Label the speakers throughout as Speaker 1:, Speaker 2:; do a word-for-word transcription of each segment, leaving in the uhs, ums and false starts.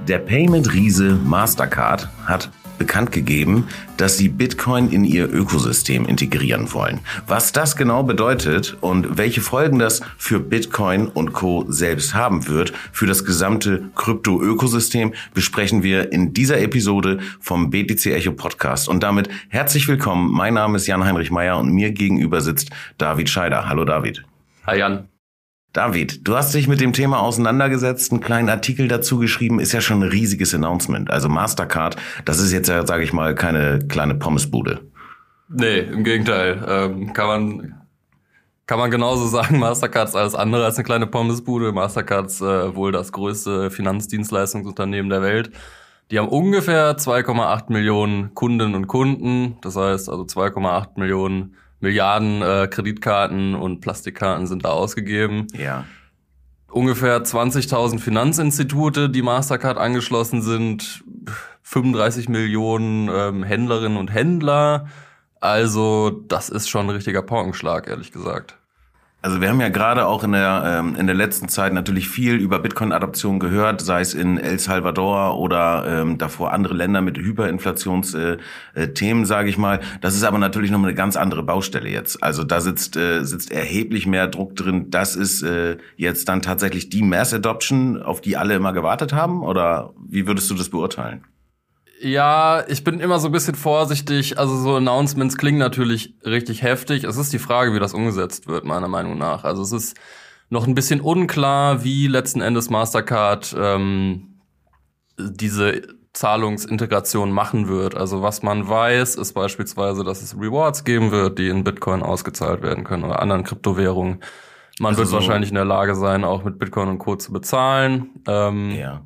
Speaker 1: Der Payment-Riese Mastercard hat bekannt gegeben, dass sie Bitcoin in ihr Ökosystem integrieren wollen. Was das genau bedeutet und welche Folgen das für Bitcoin und Co. selbst haben wird, für das gesamte Krypto-Ökosystem, besprechen wir in dieser Episode vom B T C Echo Podcast. Und damit herzlich willkommen. Mein Name ist Jan-Heinrich Meyer und mir gegenüber sitzt David Scheider. Hallo David.
Speaker 2: Hi Jan.
Speaker 1: David, du hast dich mit dem Thema auseinandergesetzt, einen kleinen Artikel dazu geschrieben, ist ja schon ein riesiges Announcement. Also Mastercard, das ist jetzt ja, sage ich mal, keine kleine Pommesbude.
Speaker 2: Nee, im Gegenteil. Ähm, kann man kann man genauso sagen, Mastercard ist alles andere als eine kleine Pommesbude. Mastercard ist äh, wohl das größte Finanzdienstleistungsunternehmen der Welt. Die haben ungefähr zwei Komma acht Millionen Kundinnen und Kunden. Das heißt also zwei Komma acht Millionen Milliarden äh, Kreditkarten und Plastikkarten sind da ausgegeben.
Speaker 1: Ja.
Speaker 2: Ungefähr zwanzigtausend Finanzinstitute, die Mastercard angeschlossen sind, fünfunddreißig Millionen ähm, Händlerinnen und Händler. Also das ist schon ein richtiger Paukenschlag, ehrlich gesagt.
Speaker 1: Also wir haben ja gerade auch in der ähm, in der letzten Zeit natürlich viel über Bitcoin-Adoption gehört, sei es in El Salvador oder ähm, davor andere Länder mit Hyperinflationsthemen, äh, äh, Themen, sage ich mal. Das ist aber natürlich noch eine ganz andere Baustelle jetzt. Also da sitzt äh, sitzt erheblich mehr Druck drin. Das ist äh, jetzt dann tatsächlich die Mass Adoption, auf die alle immer gewartet haben? Oder wie würdest du das beurteilen?
Speaker 2: Ja, ich bin immer so ein bisschen vorsichtig. Also so Announcements klingen natürlich richtig heftig. Es ist die Frage, wie das umgesetzt wird, meiner Meinung nach. Also es ist noch ein bisschen unklar, wie letzten Endes Mastercard ähm, diese Zahlungsintegration machen wird. Also was man weiß, ist beispielsweise, dass es Rewards geben wird, die in Bitcoin ausgezahlt werden können oder anderen Kryptowährungen. Man also wird so wahrscheinlich in der Lage sein, auch mit Bitcoin und Co. zu bezahlen. Ähm,
Speaker 1: ja.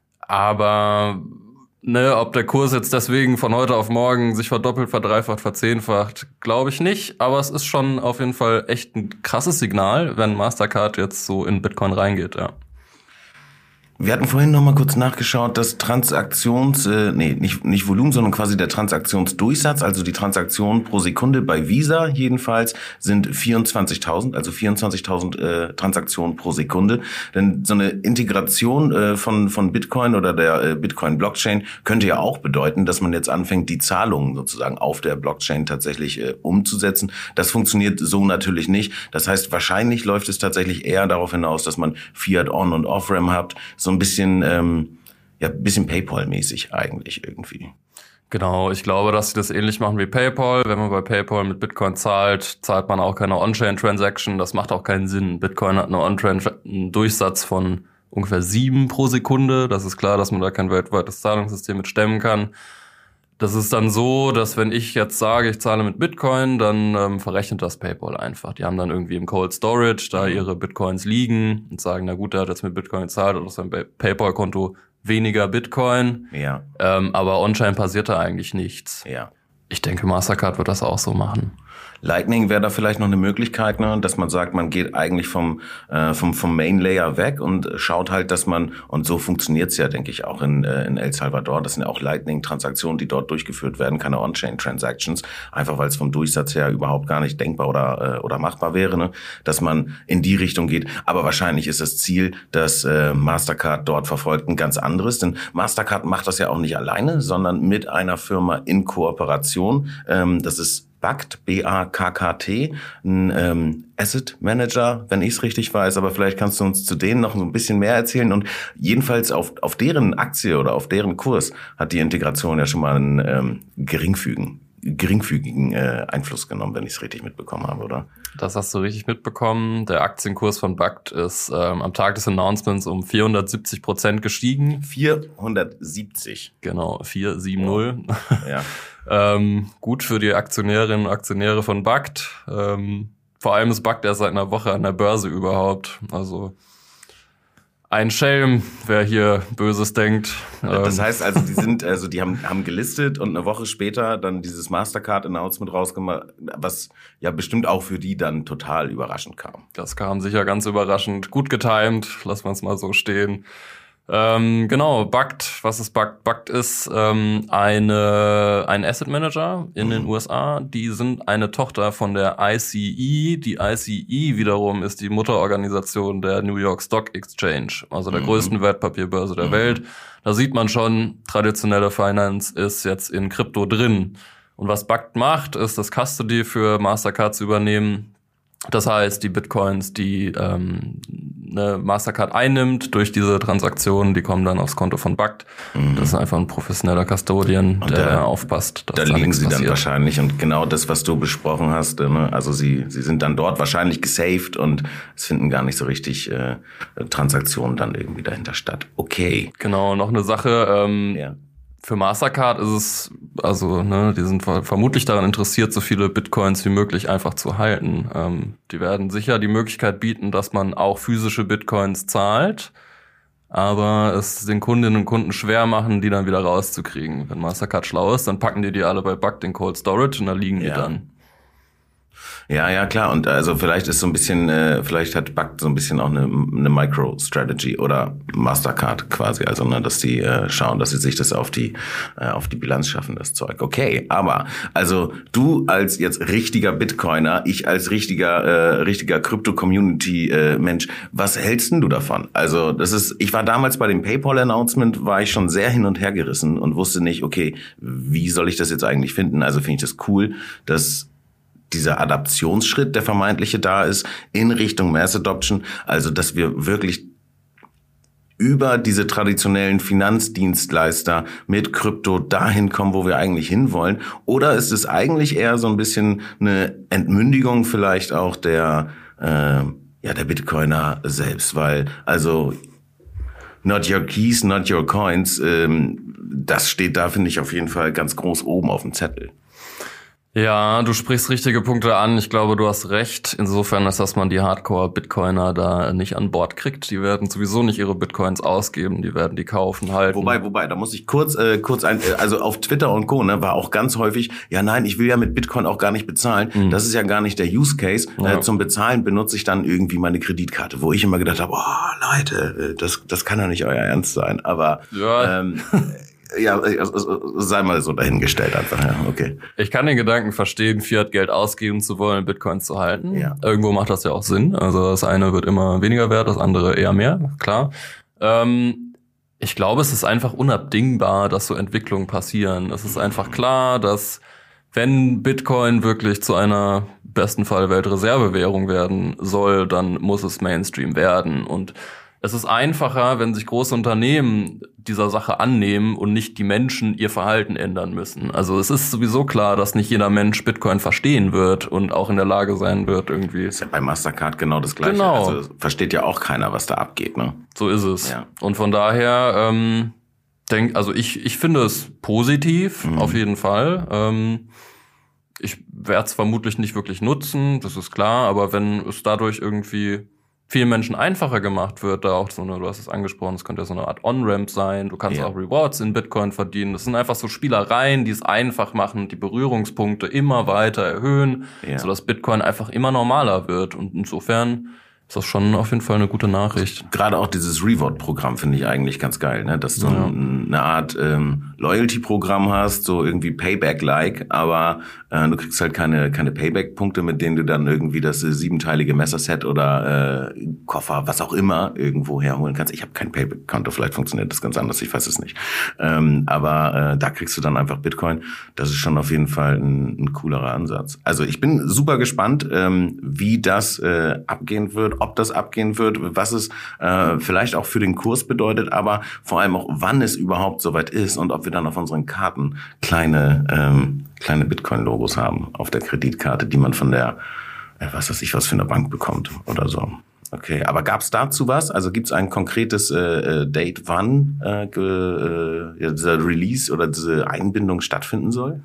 Speaker 2: Aber Ne, ob der Kurs jetzt deswegen von heute auf morgen sich verdoppelt, verdreifacht, verzehnfacht, glaube ich nicht. Aber es ist schon auf jeden Fall echt ein krasses Signal, wenn Mastercard jetzt so in Bitcoin reingeht, ja.
Speaker 1: Wir hatten vorhin noch mal kurz nachgeschaut, dass Transaktions, äh, nee, nicht nicht Volumen, sondern quasi der Transaktionsdurchsatz, also die Transaktionen pro Sekunde bei Visa jedenfalls, sind vierundzwanzigtausend, also vierundzwanzigtausend äh, Transaktionen pro Sekunde. Denn so eine Integration äh, von von Bitcoin oder der äh, Bitcoin-Blockchain könnte ja auch bedeuten, dass man jetzt anfängt, die Zahlungen sozusagen auf der Blockchain tatsächlich äh, umzusetzen. Das funktioniert so natürlich nicht. Das heißt, wahrscheinlich läuft es tatsächlich eher darauf hinaus, dass man Fiat-On- und Off-Ramp habt, so ein bisschen, ähm, ja, ein bisschen PayPal-mäßig eigentlich irgendwie.
Speaker 2: Genau, ich glaube, dass sie das ähnlich machen wie PayPal. Wenn man bei PayPal mit Bitcoin zahlt, zahlt man auch keine On-Chain-Transaction. Das macht auch keinen Sinn. Bitcoin hat eine On-Chain, einen Durchsatz von ungefähr sieben pro Sekunde. Das ist klar, dass man da kein weltweites Zahlungssystem mit stemmen kann. Das ist dann so, dass wenn ich jetzt sage, ich zahle mit Bitcoin, dann ähm, verrechnet das PayPal einfach. Die haben dann irgendwie im Cold Storage da ihre Bitcoins liegen und sagen, na gut, der hat jetzt mit Bitcoin gezahlt oder auf seinem PayPal-Konto weniger Bitcoin.
Speaker 1: Ja.
Speaker 2: Ähm, aber on-chain passiert da eigentlich nichts.
Speaker 1: Ja.
Speaker 2: Ich denke, Mastercard wird das auch so machen.
Speaker 1: Lightning wäre da vielleicht noch eine Möglichkeit, ne, dass man sagt, man geht eigentlich vom äh, vom vom Main Layer weg und schaut halt, dass man, und so funktioniert's ja, denke ich, auch in äh, in El Salvador. Das sind ja auch Lightning-Transaktionen, die dort durchgeführt werden, keine On-Chain-Transactions, einfach weil es vom Durchsatz her überhaupt gar nicht denkbar oder äh, oder machbar wäre, ne, dass man in die Richtung geht. Aber wahrscheinlich ist das Ziel, dass äh, Mastercard dort verfolgt, ein ganz anderes, denn Mastercard macht das ja auch nicht alleine, sondern mit einer Firma in Kooperation. Ähm, das ist Bakkt, B A K K T, ein ähm, Asset Manager, wenn ich es richtig weiß, aber vielleicht kannst du uns zu denen noch so ein bisschen mehr erzählen. Und jedenfalls auf auf deren Aktie oder auf deren Kurs hat die Integration ja schon mal einen ähm, geringfügigen, geringfügigen äh, Einfluss genommen, wenn ich es richtig mitbekommen habe, oder?
Speaker 2: Das hast du richtig mitbekommen. Der Aktienkurs von Bakkt ist ähm, am Tag des Announcements um vierhundertsiebzig Prozent gestiegen.
Speaker 1: vierhundertsiebzig.
Speaker 2: Genau, vierhundertsiebzig.
Speaker 1: Ja.
Speaker 2: ähm, gut für die Aktionärinnen und Aktionäre von Bakkt. Ähm, vor allem ist Bakkt erst seit einer Woche an der Börse überhaupt. Also ein Schelm, wer hier Böses denkt.
Speaker 1: Das heißt also, die sind, also die haben haben gelistet und eine Woche später dann dieses Mastercard-Announcement rausgemacht, was ja bestimmt auch für die dann total überraschend kam.
Speaker 2: Das kam sicher ganz überraschend, gut getimed, lassen wir es mal so stehen. Ähm, genau, Bakkt, was ist Bakkt? Bakkt ist ähm, eine, ein Asset Manager in mhm. den U S A. Die sind eine Tochter von der I C E. Die I C E wiederum ist die Mutterorganisation der New York Stock Exchange, also der mhm. größten Wertpapierbörse der mhm. Welt. Da sieht man schon, traditionelle Finance ist jetzt in Krypto drin. Und was Bakkt macht, ist das Custody für Mastercard zu übernehmen. Das heißt, die Bitcoins, die ähm, eine Mastercard einnimmt durch diese Transaktionen, die kommen dann aufs Konto von Bakkt. Mhm. Das ist einfach ein professioneller Custodian, der da, aufpasst.
Speaker 1: Dass da, da liegen sie passiert. Dann wahrscheinlich und genau das, was du besprochen hast. Ne? Also sie sie sind dann dort wahrscheinlich gesaved und es finden gar nicht so richtig äh, Transaktionen dann irgendwie dahinter statt. Okay.
Speaker 2: Genau, noch eine Sache. Ähm, ja. Für Mastercard ist es, also, ne, die sind vermutlich daran interessiert, so viele Bitcoins wie möglich einfach zu halten. Ähm, die werden sicher die Möglichkeit bieten, dass man auch physische Bitcoins zahlt, aber es den Kundinnen und Kunden schwer machen, die dann wieder rauszukriegen. Wenn Mastercard schlau ist, dann packen die die alle bei Bakkt in Cold Storage und da liegen
Speaker 1: ja.
Speaker 2: die dann.
Speaker 1: Ja, ja, klar. Und also vielleicht ist so ein bisschen, äh, vielleicht hat Bakkt so ein bisschen auch eine, eine Micro-Strategy oder Mastercard quasi. Also, ne, dass die äh, schauen, dass sie sich das auf die äh, auf die Bilanz schaffen, das Zeug. Okay, aber also du als jetzt richtiger Bitcoiner, ich als richtiger äh, richtiger Krypto-Community-Mensch, äh, was hältst denn du davon? Also, das ist, ich war damals bei dem PayPal-Announcement, war ich schon sehr hin und her gerissen und wusste nicht, okay, wie soll ich das jetzt eigentlich finden? Also finde ich das cool, dass dieser Adaptionsschritt, der vermeintliche da ist, in Richtung Mass Adoption, also dass wir wirklich über diese traditionellen Finanzdienstleister mit Krypto dahin kommen, wo wir eigentlich hinwollen? Oder ist es eigentlich eher so ein bisschen eine Entmündigung vielleicht auch der, äh, ja, der Bitcoiner selbst? Weil, also, not your keys, not your coins, ähm, das steht da, finde ich, auf jeden Fall ganz groß oben auf dem Zettel.
Speaker 2: Ja, du sprichst richtige Punkte an. Ich glaube, du hast recht. Insofern ist, dass man die Hardcore-Bitcoiner da nicht an Bord kriegt. Die werden sowieso nicht ihre Bitcoins ausgeben. Die werden die kaufen, halten.
Speaker 1: Wobei, wobei, da muss ich kurz, äh, kurz ein, also auf Twitter und Co. ne, war auch ganz häufig, ja nein, ich will ja mit Bitcoin auch gar nicht bezahlen. Mhm. Das ist ja gar nicht der Use Case. Ja. Äh, zum Bezahlen benutze ich dann irgendwie meine Kreditkarte, wo ich immer gedacht habe, oh Leute, das, das kann doch nicht euer Ernst sein. Aber
Speaker 2: ja.
Speaker 1: ähm, ja, sei mal so dahingestellt einfach, ja, okay.
Speaker 2: Ich kann den Gedanken verstehen, Fiat-Geld ausgeben zu wollen, Bitcoins zu halten.
Speaker 1: Ja.
Speaker 2: Irgendwo macht das ja auch Sinn. Also das eine wird immer weniger wert, das andere eher mehr, klar. Ähm, ich glaube, es ist einfach unabdingbar, dass so Entwicklungen passieren. Es ist einfach klar, dass wenn Bitcoin wirklich zu einer besten Fall Weltreservewährung werden soll, dann muss es Mainstream werden. Und es ist einfacher, wenn sich große Unternehmen dieser Sache annehmen und nicht die Menschen ihr Verhalten ändern müssen. Also es ist sowieso klar, dass nicht jeder Mensch Bitcoin verstehen wird und auch in der Lage sein wird irgendwie.
Speaker 1: Ist ja bei Mastercard genau das Gleiche.
Speaker 2: Genau.
Speaker 1: Also versteht ja auch keiner, was da abgeht, ne?
Speaker 2: So ist es.
Speaker 1: Ja.
Speaker 2: Und von daher ähm, denk, also ich ich finde es positiv, mhm. auf jeden Fall. Ähm, ich werde es vermutlich nicht wirklich nutzen, das ist klar, aber wenn es dadurch irgendwie vielen Menschen einfacher gemacht wird, da auch so eine, du hast es angesprochen, es könnte ja so eine Art On-Ramp sein, du kannst ja. auch Rewards in Bitcoin verdienen, das sind einfach so Spielereien, die es einfach machen, die Berührungspunkte immer weiter erhöhen, ja. sodass Bitcoin einfach immer normaler wird und insofern ist das schon auf jeden Fall eine gute Nachricht.
Speaker 1: Gerade auch dieses Reward-Programm finde ich eigentlich ganz geil, ne? Dass du ja. eine Art ähm, Loyalty-Programm hast, so irgendwie Payback-like, aber äh, du kriegst halt keine keine Payback-Punkte, mit denen du dann irgendwie das äh, siebenteilige Messerset oder äh, Koffer, was auch immer, irgendwo herholen kannst. Ich habe kein Payback-Konto, vielleicht funktioniert das ganz anders, ich weiß es nicht. Ähm, aber äh, da kriegst du dann einfach Bitcoin. Das ist schon auf jeden Fall ein, ein coolerer Ansatz. Also ich bin super gespannt, ähm, wie das äh, abgehen wird, ob das abgehen wird, was es äh, vielleicht auch für den Kurs bedeutet, aber vor allem auch, wann es überhaupt soweit ist und ob wir dann auf unseren Karten kleine ähm, kleine Bitcoin-Logos haben auf der Kreditkarte, die man von der, äh, was weiß ich, was für eine Bank bekommt oder so. Okay, aber gab's dazu was? Also gibt's ein konkretes äh, Date, wann äh, ge, äh, dieser Release oder diese Einbindung stattfinden soll?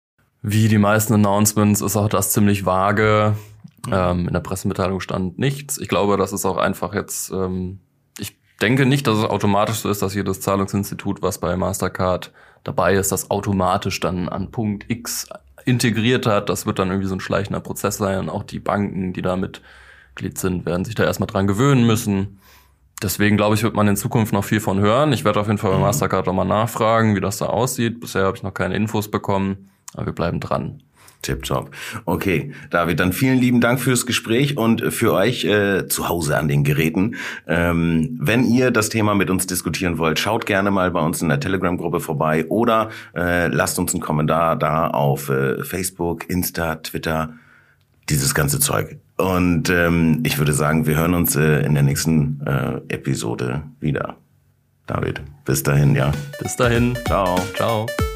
Speaker 2: Wie die meisten Announcements ist auch das ziemlich vage. Ähm, in der Pressemitteilung stand nichts. Ich glaube, das ist auch einfach jetzt, ähm, ich denke nicht, dass es automatisch so ist, dass jedes Zahlungsinstitut, was bei Mastercard dabei ist, das automatisch dann an Punkt X integriert hat. Das wird dann irgendwie so ein schleichender Prozess sein. Und auch die Banken, die da Mitglied sind, werden sich da erstmal dran gewöhnen müssen. deswegen glaube ich, wird man in Zukunft noch viel von hören. Ich werde auf jeden Fall bei
Speaker 1: Mhm.
Speaker 2: Mastercard nochmal nachfragen, wie das da aussieht. Bisher habe ich noch keine Infos bekommen, aber wir bleiben dran.
Speaker 1: Tipptopp. Okay, David, dann vielen lieben Dank fürs Gespräch und für euch äh, zu Hause an den Geräten. Ähm, wenn ihr das Thema mit uns diskutieren wollt, schaut gerne mal bei uns in der Telegram-Gruppe vorbei oder äh, lasst uns einen Kommentar da auf äh, Facebook, Insta, Twitter, dieses ganze Zeug. Und ähm, ich würde sagen, wir hören uns äh, in der nächsten äh, Episode wieder. David, bis dahin, ja.
Speaker 2: Bis dahin.
Speaker 1: Ciao.
Speaker 2: Ciao.